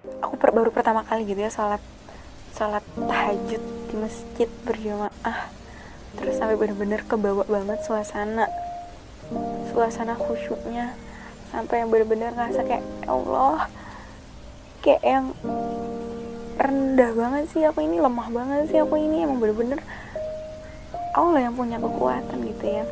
aku baru pertama kali gitu ya salat tahajud di masjid berjamaah, terus sampai bener-bener kebawa banget suasana khusyuknya, sampai yang bener-bener ngerasa kayak ya Allah, kayak yang rendah banget sih aku ini, lemah banget sih aku ini, emang bener-bener Allah yang punya kekuatan gitu ya.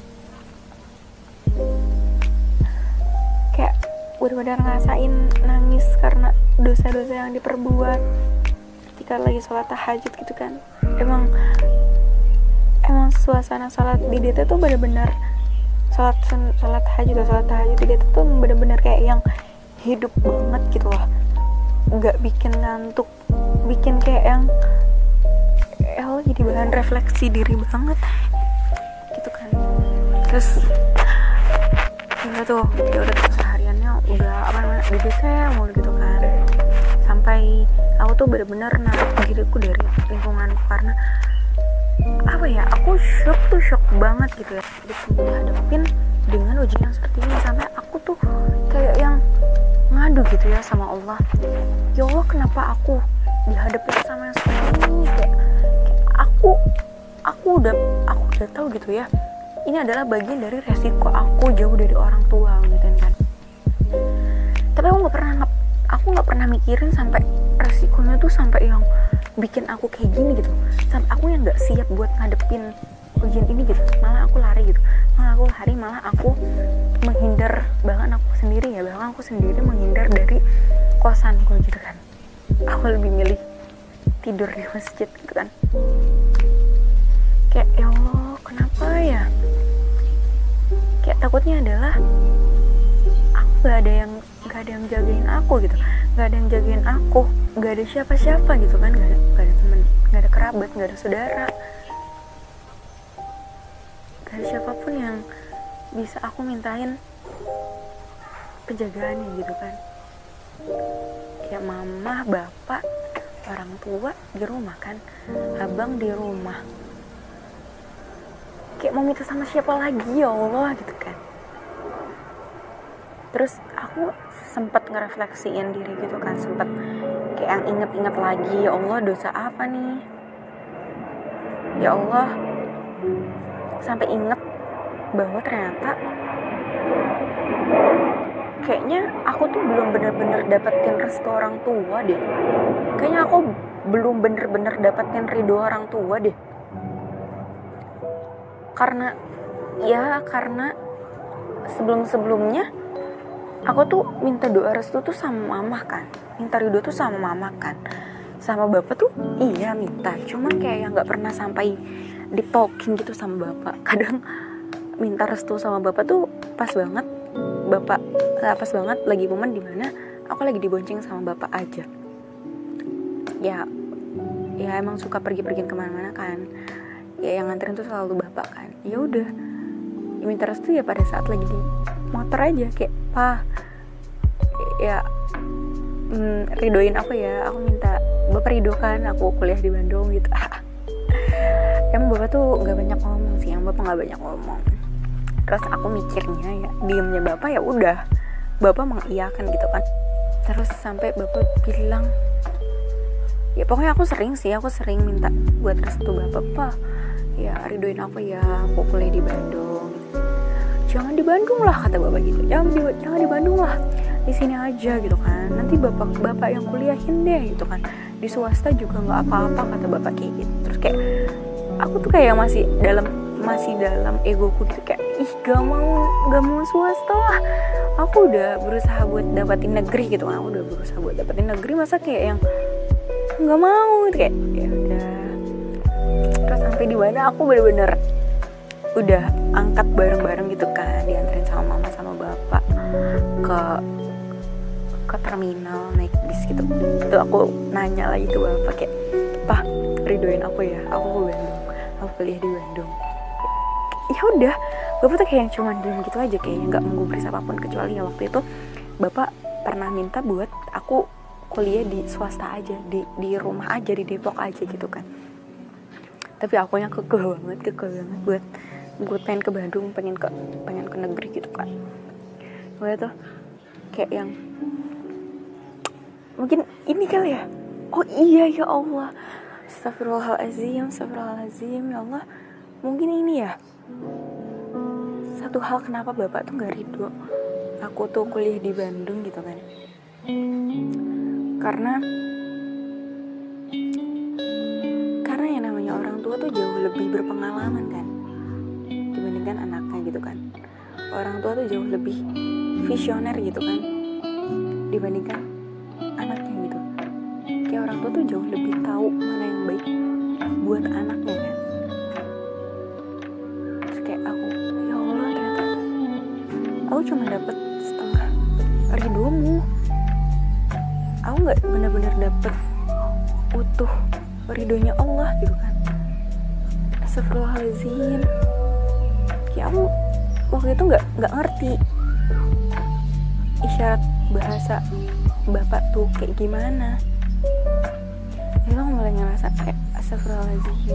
Kayak bener-bener ngerasain nangis karena dosa-dosa yang diperbuat ketika lagi sholat tahajud gitu kan. Emang suasana sholat di DT tuh bener-bener sholat tahajud di DT tuh bener-bener kayak yang hidup banget gitu loh, nggak bikin ngantuk, bikin kayak yang lo jadi bahan refleksi diri banget gitu kan. Terus ya udah sehariannya udah di DT mulu gitu kan, sampai aku tuh bener-bener narik diriku dari lingkunganku karena aku shock banget gitu ya dihadapin dengan ujian yang seperti ini, sampai aku tuh kayak yang ngadu gitu ya sama Allah, ya Allah kenapa aku dihadapin sama yang seperti ini, kayak aku udah tahu gitu ya, ini adalah bagian dari resiko aku jauh dari orang tua gitu kan. Tapi aku nggak pernah mikirin sampai resikonya tuh sampai yang bikin aku kayak gini gitu, sampai aku yang nggak siap buat ngadepin ujian ini gitu, malah aku lari, malah aku menghindar, bahkan aku sendiri menghindar dari kosanku gitu kan. Aku lebih milih tidur di masjid gitu kan. Kayak ya Allah kenapa ya, kayak takutnya adalah aku gak ada yang jagain aku gitu, gak ada yang jagain aku, gak ada siapa-siapa gitu kan, gak ada teman, gak ada kerabat, gak ada saudara, gak ada siapapun yang bisa aku mintain penjagaannya gitu kan. Ya mama, bapak, orang tua di rumah kan, abang di rumah, kayak mau minta sama siapa lagi ya Allah gitu kan. Terus aku sempat ngerefleksiin diri gitu kan, sempat kayak yang inget-inget lagi, ya Allah dosa apa nih ya Allah, sampai inget bahwa ternyata kayaknya aku tuh belum bener-bener dapetin restu orang tua deh, kayaknya aku belum bener-bener dapetin ridho orang tua deh, karena sebelumnya aku tuh minta doa restu tuh sama mama kan, minta ridho tuh sama mama kan, sama bapak tuh iya minta, cuman kayak yang nggak pernah sampai ditalkin gitu sama bapak. Kadang minta restu sama bapak tuh pas banget lagi momen dimana aku lagi dibonceng sama bapak aja, ya emang suka pergi-pergi kemana-mana kan, ya yang nganterin tuh selalu bapak kan. Ya udah minta restu ya pada saat lagi di motor aja, kayak ya ridoin aku ya, aku minta bapak ridho kan aku kuliah di Bandung gitu. Emang bapak tuh nggak banyak ngomong sih, terus aku mikirnya ya diemnya bapak ya udah bapak mengiyakan gitu kan. Terus sampai bapak bilang, ya pokoknya aku sering minta buat restu bapak, ya ridoin aku ya aku kuliah di Bandung gitu. Jangan di Bandung lah kata bapak gitu, jangan di Bandung lah, di sini aja gitu kan, nanti bapak yang kuliahin deh gitu kan, di swasta juga nggak apa-apa kata bapak kayak gitu. Terus kayak aku tuh kayak masih dalam egoku gitu, kayak gak mau swasta lah, aku udah berusaha buat dapetin negeri gitu kan, masa kayak yang nggak mau gitu, kayak ya udah. Terus sampai di mana aku bener-bener udah angkat bareng-bareng gitu kan, dianterin sama mama sama bapak ke terminal naik bis gitu. Itu aku nanya lagi ke bapak kayak, "Pak, ridoin aku ya, aku ke Bandung, aku kuliah di Bandung." Ya udah, bapak tuh kayak yang cuman diem gitu aja, kayaknya nggak menggubris apapun, kecuali ya waktu itu bapak pernah minta buat aku kuliah di swasta aja, di rumah aja, di Depok aja gitu kan. Tapi akunya kekeh banget buat pengen ke Bandung, pengen ke negeri gitu kan. Gue tuh kayak yang mungkin ini kali ya. Oh iya ya Allah, Astagfirullahaladzim ya Allah. Mungkin ini ya satu hal kenapa bapak tuh gak ridho aku tuh kuliah di Bandung gitu kan. Karena yang namanya orang tua tuh jauh lebih berpengalaman kan dibandingkan anaknya gitu kan. Orang tua tuh jauh lebih visioner gitu kan dibandingkan anaknya gitu. Kayak orang tua tuh jauh lebih tahu mana yang baik buat anaknya kan. Terus kayak aku, ya Allah ternyata aku cuma dapet setengah ridhomu. Aku nggak benar-benar dapet utuh ridhonya Allah gitu kan. Astagfirullahaladzim. Kayak aku waktu itu nggak ngerti isyarat bahasa bapak tuh kayak gimana. Jadi aku mulai ngerasa kayak astagfirullahaladzim.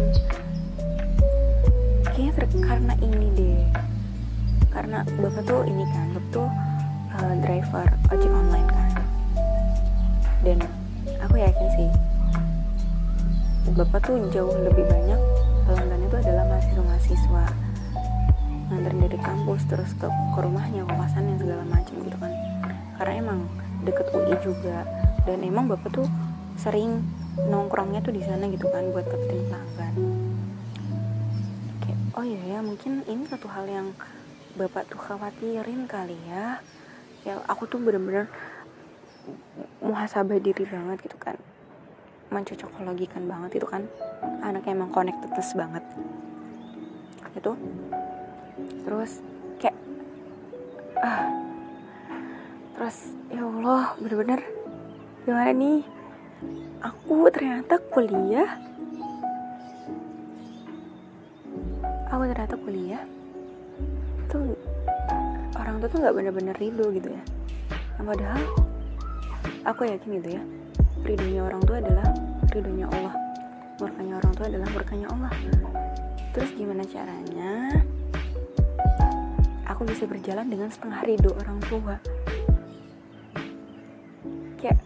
Kayaknya karena ini deh. Karena bapak tuh ini kan, bapak tuh driver ojek online kan. Dan aku yakin sih bapak tuh jauh lebih banyak pelanggan itu adalah mahasiswa nganterin dari kampus terus ke rumahnya, kosannya segala macam gitu kan. Karena emang deket UI juga, dan emang bapak tuh sering nongkrongnya tuh di sana gitu kan buat dapetin pelanggan. Kayak oh iya ya, mungkin ini satu hal yang bapak tuh khawatirin kali ya. Ya aku tuh bener-bener muhasabah diri banget gitu kan, mencocokologikan banget itu kan. Anaknya emang connectedness banget itu. Terus kayak terus ya Allah, bener-bener gimana nih, aku ternyata kuliah tuh orang tuh nggak bener-bener ridho gitu ya. Nah, padahal aku yakin gitu ya, ridhonya orang tua adalah ridhonya Allah, murkanya orang tua adalah murkanya Allah. Terus gimana caranya aku bisa berjalan dengan setengah ridho orang tua? Kayak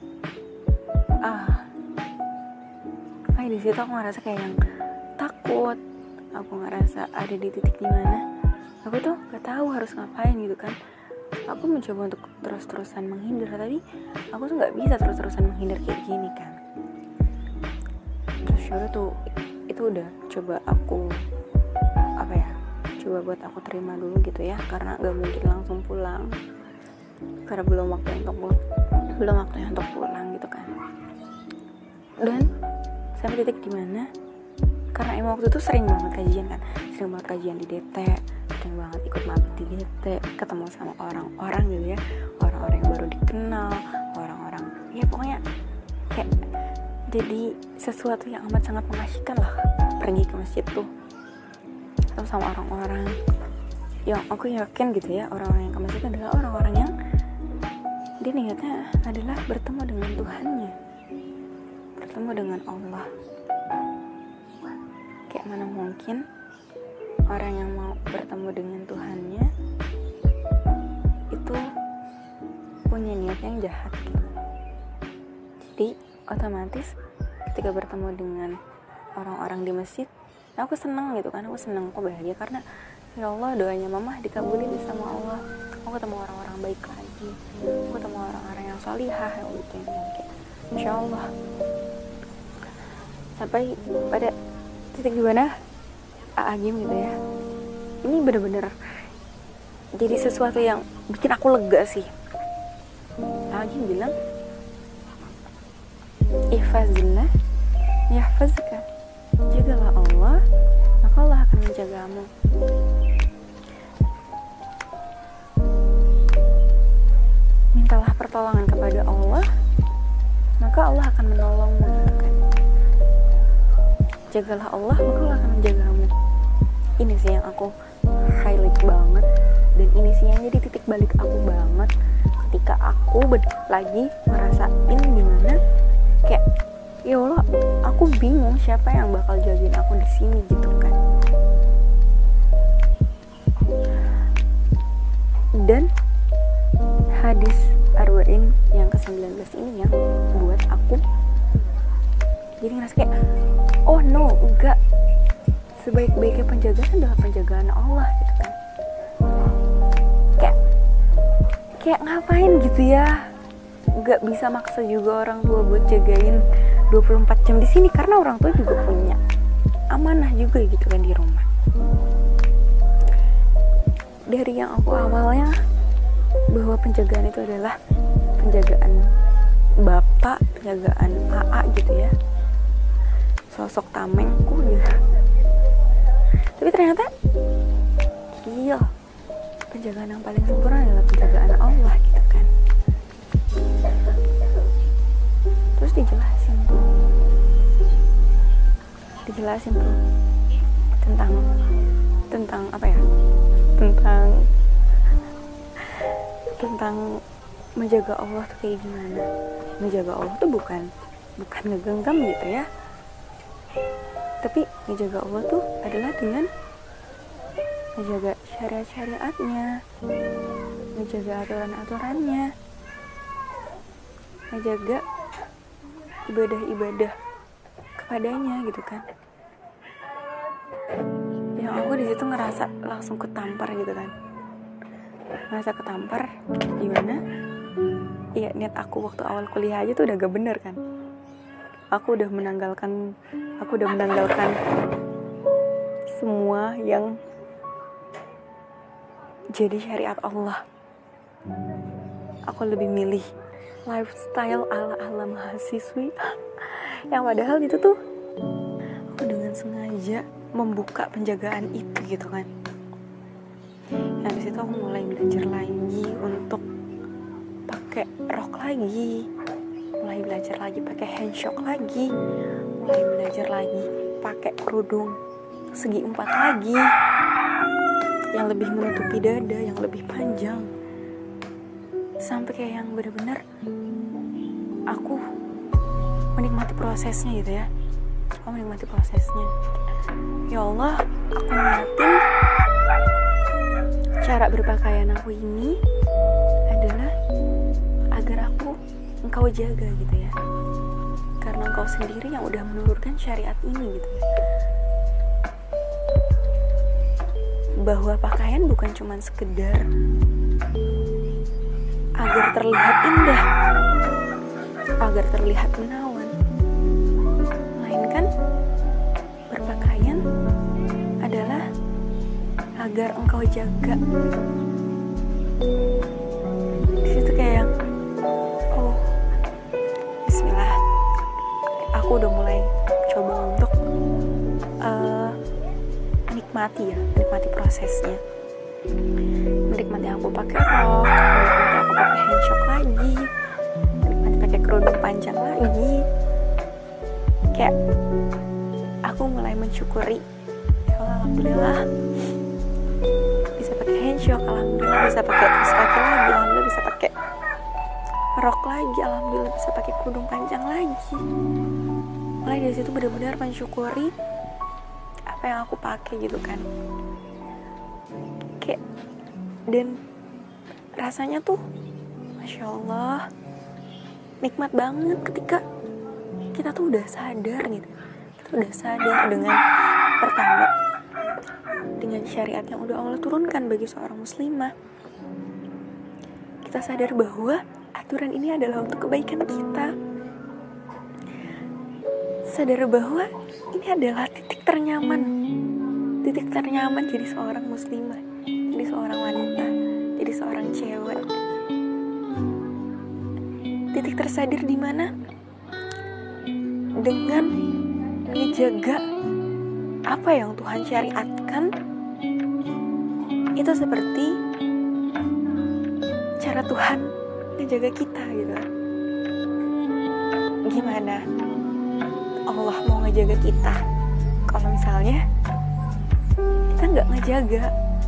kayak di situ aku ngerasa kayak yang takut. Aku ngerasa ada di titik dimana aku tuh gak tahu harus ngapain gitu kan. Aku mencoba untuk terus-terusan menghindar, tapi aku tuh gak bisa terus-terusan menghindar kayak gini kan. Terus yaudah tuh, itu udah coba aku coba buat aku terima dulu gitu ya, karena gak mungkin langsung pulang, karena belum waktunya untuk pulang gitu kan. Dan sampai titik dimana, karena emang waktu itu sering banget kajian di DT, sering banget ikut mabit di DT, ketemu sama orang-orang gitu ya, orang-orang yang baru dikenal, orang-orang ya pokoknya kayak jadi sesuatu yang amat sangat mengasyikan lah pergi ke masjid tuh, atau sama orang-orang yang aku yakin gitu ya. Orang-orang yang ke masjid adalah orang-orang yang dia niatnya adalah bertemu dengan Tuhannya, bertemu dengan Allah. Kayak mana mungkin orang yang mau bertemu dengan Tuhannya itu punya niat yang jahat gitu. Jadi otomatis ketika bertemu dengan orang-orang di masjid, aku seneng gitu kan, aku bahagia karena ya Allah, doanya mama dikabulin sama Allah. Aku ketemu orang-orang baik lagi, aku ketemu orang-orang yang solihah yang kayak Insya Allah. Sampai pada titik gimana Agim gitu ya, ini bener-bener jadi sesuatu yang bikin aku lega sih. Agim bilang, ihfazillah yahfazka, jagalah Allah maka Allah akan menjagamu. Mintalah pertolongan kepada Allah maka Allah akan menolongmu gitu kan. Jagalah Allah maka Allah akan menjagamu. Ini sih yang aku highlight banget, dan ini sih yang jadi titik balik aku banget ketika aku lagi ngerasain gimana kayak ya Allah, aku bingung siapa yang bakal jagain aku di sini gitu kan. Dan hadis Arba'in yang ke-19 ini yang buat aku. Jadi ngerasa kayak, oh no, enggak, sebaik-baiknya penjagaan adalah penjagaan Allah gitu kan. Kayak ngapain gitu ya, nggak bisa maksa juga orang tua buat jagain 24 jam di sini, karena orang tua juga punya amanah juga gitu kan di rumah. Dari yang aku awalnya bahwa penjagaan itu adalah penjagaan bapak, penjagaan AA gitu ya, sosok tamengku gitu. Tapi ternyata gila, penjagaan yang paling sempurna adalah penjagaan Allah gitu kan. Terus dijelasin tuh tentang apa ya, tentang menjaga Allah tuh kayak gimana. Menjaga Allah tuh bukan ngegenggam gitu ya, tapi menjaga Allah tuh adalah dengan menjaga syariat-syariatnya, menjaga aturan-aturannya, menjaga ibadah-ibadah kepadanya gitu kan. Yang aku di situ ngerasa langsung ketampar gitu kan, ngerasa ketampar gimana? Iya, niat aku waktu awal kuliah aja tuh udah gak bener kan. Aku udah menanggalkan semua yang jadi syariat Allah. Aku lebih milih lifestyle ala mahasiswi yang padahal itu tuh aku dengan sengaja membuka penjagaan itu gitu kan. Yang di situ aku mulai belajar lagi untuk pakai rok lagi, mulai belajar lagi pakai handshock lagi, mulai belajar lagi pakai kerudung segi 4 lagi yang lebih menutupi dada, yang lebih panjang, sampai kayak yang benar-benar aku menikmati prosesnya gitu ya. Aku menikmati prosesnya. Ya Allah, aku niatin cara berpakaian aku ini adalah agar engkau jaga gitu ya, karena engkau sendiri yang udah menurunkan syariat ini gitu. Bahwa pakaian bukan cuma sekedar agar terlihat indah, agar terlihat menawan, melainkan berpakaian adalah agar engkau jaga. Di situ kayak yang, oh, Bismillah, aku udah mulai coba untuk menikmati prosesnya, menikmati aku pakai rok, menikmati aku pakai handshock lagi, menikmati pakai kerudung panjang lagi. Kayak aku mulai mensyukuri, ya Allah, alhamdulillah bisa pakai handshock, alhamdulillah bisa pakai kaos kaki lagi, alhamdulillah bisa pakai rok lagi, alhamdulillah bisa pakai kerudung panjang lagi. Mulai dari situ benar-benar mensyukuri apa yang aku pakai gitu kan. Kayak, dan rasanya tuh Masya Allah nikmat banget ketika kita tuh udah sadar gitu. Kita udah sadar dengan, pertama, dengan syariat yang udah Allah turunkan bagi seorang muslimah. Kita sadar bahwa aturan ini adalah untuk kebaikan kita. Sadar bahwa ini adalah titik ternyaman jadi seorang muslimah, jadi seorang wanita, jadi seorang cewek. Titik tersadar di mana dengan menjaga apa yang Tuhan syariatkan itu seperti cara Tuhan menjaga kita gitu. Gimana Allah mau ngejaga kita kalau misalnya kita nggak ngejaga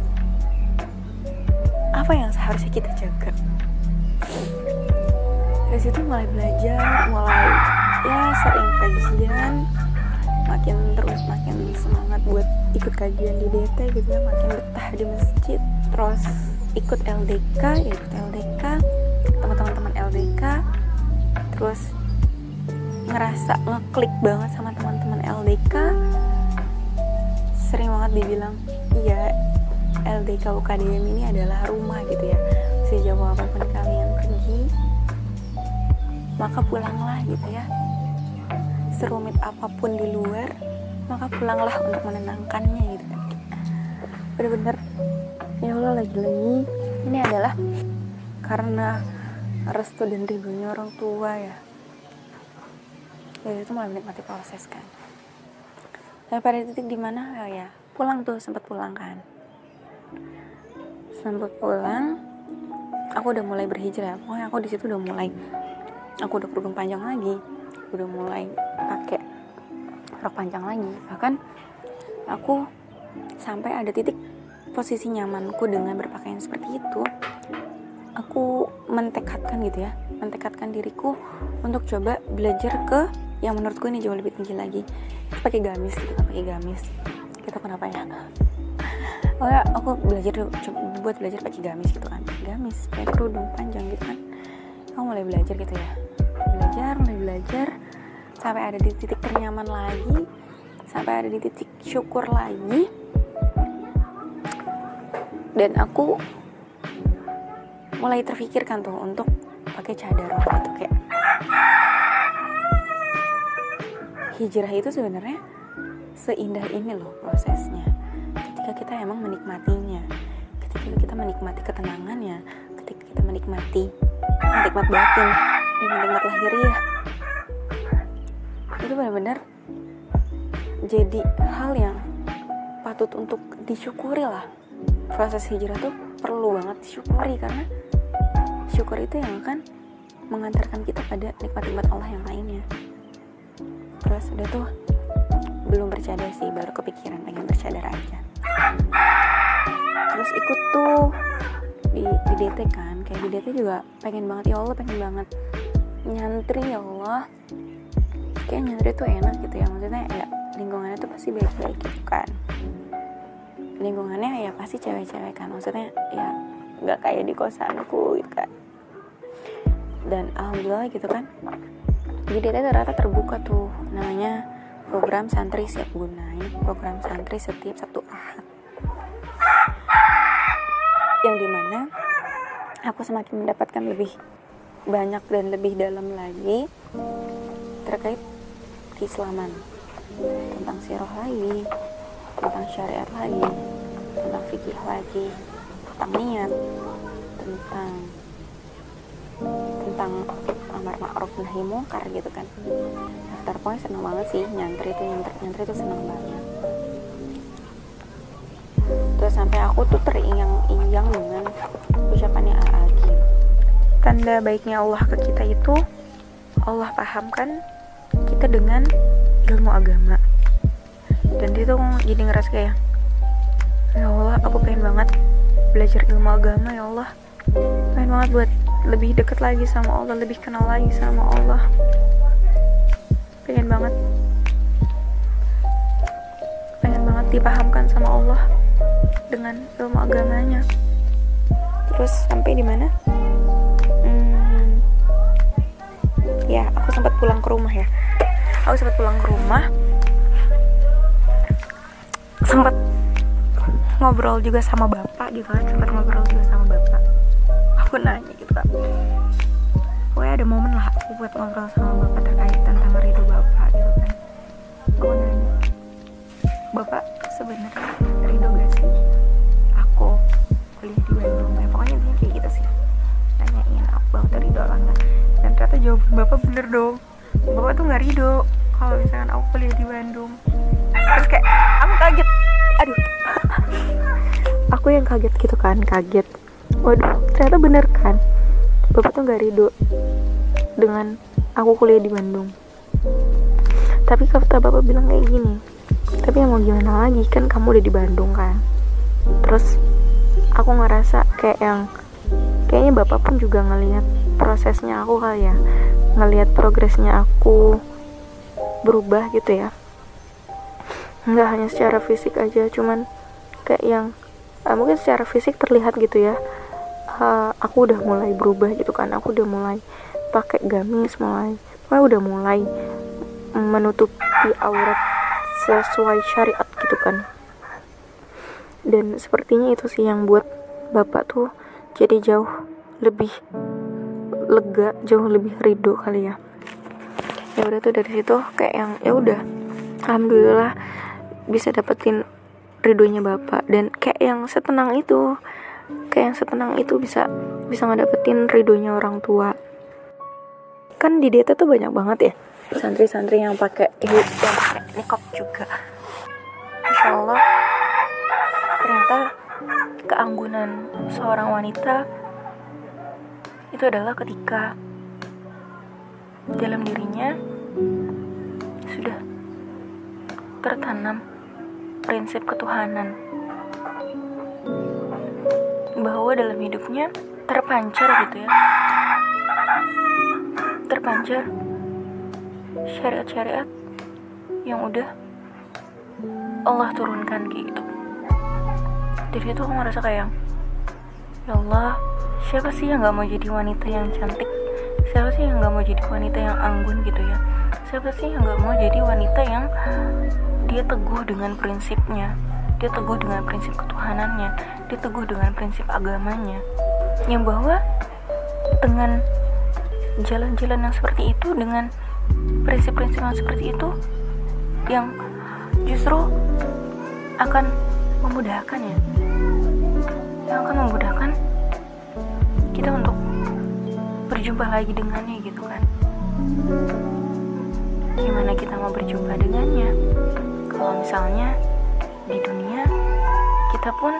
apa yang seharusnya kita jaga? Dari situ mulai belajar, mulai ya sering kajian, makin semangat buat ikut kajian di DT gitu ya, makin betah di masjid, terus ikut LDK, teman-teman LDK, terus ngerasa ngeklik banget sama teman-teman LDK. Sering banget dibilang, iya LDK UKDM ini adalah rumah gitu ya, sejauh apapun kalian pergi maka pulanglah gitu ya, serumit apapun di luar maka pulanglah untuk menenangkannya gitu kan. Bener-bener ya Allah, lagi-lagi ini adalah karena restu dan ridhonya orang tua ya. Dari itu mulai menikmati proses kan. Dan pada titik dimana ya pulang tuh, sempat pulang kan, sempat pulang, aku udah mulai berhijrah. Pokoknya aku di situ udah mulai, aku udah kerudung panjang lagi, udah mulai pakai rok panjang lagi. Bahkan aku sampai ada titik posisi nyamanku dengan berpakaian seperti itu, aku mentekadkan gitu ya, mentekadkan diriku untuk coba belajar ke yang menurutku ini jauh lebih tinggi lagi, pakai gamis gitu kan, pakai gamis gitu. Kenapa ya? Oh ya, aku buat belajar pakai gamis gitu kan, pakai gamis, pakai kerudung panjang gitu kan. Aku mulai belajar gitu ya, mulai belajar sampai ada di titik ternyaman lagi, sampai ada di titik syukur lagi. Dan aku mulai terfikirkan tuh untuk pakai cadar gitu. Kayak hijrah itu sebenarnya seindah ini loh prosesnya, ketika kita emang menikmatinya, ketika kita menikmati ketenangannya, ketika kita menikmat batin dan menikmat lahiriah, itu benar-benar jadi hal yang patut untuk disyukuri lah. Proses hijrah tuh perlu banget disyukuri, karena syukur itu yang akan mengantarkan kita pada nikmat-nikmat Allah yang lainnya. Terus udah tuh belum bercadar sih, baru kepikiran pengen bercadar aja. Terus ikut tuh di DT kan, kayak di DT juga pengen banget, ya Allah pengen banget nyantri, ya Allah kayak nyantri tuh enak gitu ya, maksudnya ya lingkungannya tuh pasti baik-baik gitu kan, lingkungannya ya pasti cewek-cewek kan, maksudnya ya nggak kayak di kosanku gitu kan. Dan alhamdulillah gitu kan, di DT ternyata terbuka tuh namanya program santri siap guna. Ini program santri setiap Sabtu Ahad, yang dimana aku semakin mendapatkan lebih banyak dan lebih dalam lagi terkait keislaman, tentang sirah lagi, tentang syariat lagi, tentang fikih lagi, tentang niat, tentang amar ma'ruf nahi munkar gitu kan. After point seneng banget sih nyantri itu seneng banget. Terus sampai aku tuh teringang-ingang dengan ucapannya A'agim, tanda baiknya Allah ke kita itu Allah pahamkan kita dengan ilmu agama. Dan itu jadi ngerasa kayak, ya Allah aku pengen banget belajar ilmu agama, ya Allah pengen banget buat lebih dekat lagi sama Allah, lebih kenal lagi sama Allah, pengen banget dipahamkan sama Allah dengan ilmu agamanya. Terus sampai di mana? Ya aku sempat pulang ke rumah, sempat ngobrol juga sama bapak gitu kan, aku nanya gitu kan, pokoknya ada momen lah aku buat ngobrol sama bapak terkait tentang ridho bapak gitu kan. Aku nanya, bapak sebenarnya ridho gak sih aku kuliah di Bandung? Ya pokoknya intinya kayak gitu sih, nanyain aku bapak ridho apa enggak. Dan ternyata jawaban bapak bener dong, bapak tuh gak ridho kalau misalkan aku kuliah di Bandung. Terus kayak aku kaget, aduh aku yang kaget gitu kan, waduh ternyata bener kan, bapak tuh gak ridho dengan aku kuliah di Bandung. Tapi kata bapak bilang kayak gini, tapi ya mau gimana lagi, kan kamu udah di Bandung kan. Terus aku ngerasa kayaknya bapak pun juga ngelihat prosesnya aku kali ya, ngelihat progresnya aku berubah gitu ya, nggak hanya secara fisik aja, cuman kayak yang mungkin secara fisik terlihat gitu ya, aku udah mulai berubah gitu kan, aku udah mulai pakai gamis, udah mulai menutupi aurat sesuai syariat gitu kan. Dan sepertinya itu sih yang buat bapak tuh jadi jauh lebih lega, jauh lebih ridho kali ya. Ya udah tuh, dari situ kayak yang ya udah, alhamdulillah bisa dapetin ridhonya bapak, dan kayak yang setenang itu bisa ngedapetin ridhonya orang tua. Kan di data tuh banyak banget ya santri-santri yang pakai niqab juga. Masya Allah, ternyata keanggunan seorang wanita itu adalah ketika dalam dirinya sudah tertanam prinsip ketuhanan, bahwa dalam hidupnya terpancar syariat-syariat yang udah Allah turunkan kayak gitu. Dari situ aku ngerasa kayak, ya Allah, siapa sih yang gak mau jadi wanita yang cantik? Siapa sih yang gak mau jadi wanita yang anggun gitu ya? Siapa sih yang gak mau jadi wanita yang dia teguh dengan prinsipnya, dia teguh dengan prinsip ketuhanannya, dia teguh dengan prinsip agamanya, yang bahwa dengan jalan-jalan yang seperti itu, dengan prinsip-prinsip yang seperti itu, yang justru akan memudahkan kita untuk berjumpa lagi dengannya gitu kan. Gimana kita mau berjumpa dengannya kalau misalnya di dunia kita pun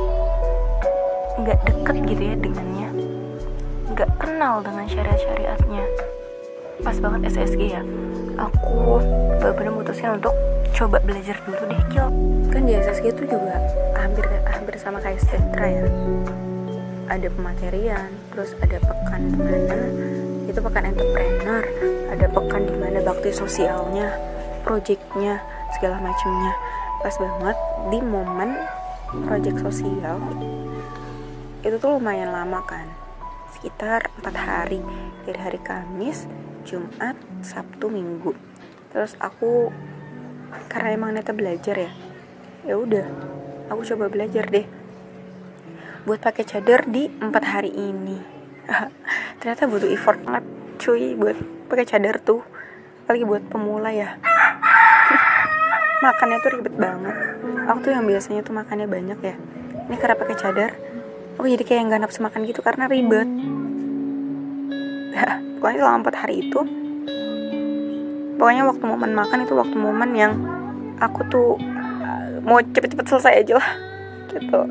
gak deket gitu ya dengannya, gak kenal dengan syariat-syariatnya. Pas banget SSG ya, aku bener-bener mutusin untuk coba belajar dulu deh, Kil. Kan di SSG itu juga hampir sama kayak Stetra ya, ada pematerian, terus ada pekan dimana itu pekan entrepreneur, ada pekan dimana bakti sosialnya, projectnya, segala macamnya. Pas banget di momen project sosial itu tuh lumayan lama kan, sekitar 4 hari, dari hari Kamis, Jumat, Sabtu, Minggu. Terus aku karena emang neta belajar ya udah aku coba belajar deh buat pakai cadar di 4 hari ini. Ternyata butuh effort banget cuy buat pakai cadar tuh, apalagi buat pemula ya. Makannya tuh ribet banget. Aku tuh yang biasanya tuh makannya banyak ya, ini karena pakai cadar aku jadi kayak nggak nafsu makan gitu karena ribet. Pokoknya selama 4 hari itu, pokoknya waktu momen makan itu waktu momen yang aku tuh mau cepet-cepet selesai aja lah gitu.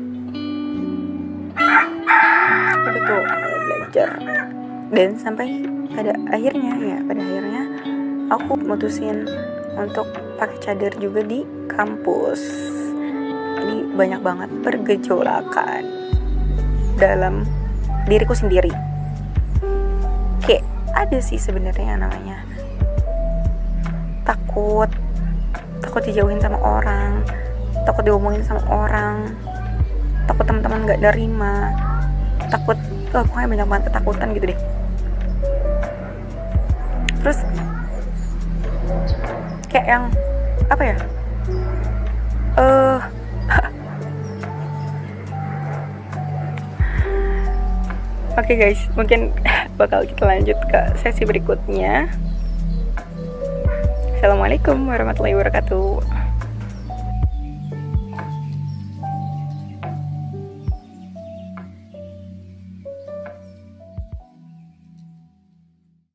Itu tuh belajar, dan sampai pada akhirnya aku mutusin untuk pakai cadar juga di kampus. Ini banyak banget pergejolakan dalam diriku sendiri. Kayak ada sih sebenarnya yang namanya takut dijauhin sama orang, takut diomongin sama orang, takut teman-teman gak nerima, takut, pokoknya banyak banget ketakutan gitu deh. Terus kayak yang apa ya, Oke guys, mungkin bakal kita lanjut ke sesi berikutnya. Assalamualaikum warahmatullahi wabarakatuh.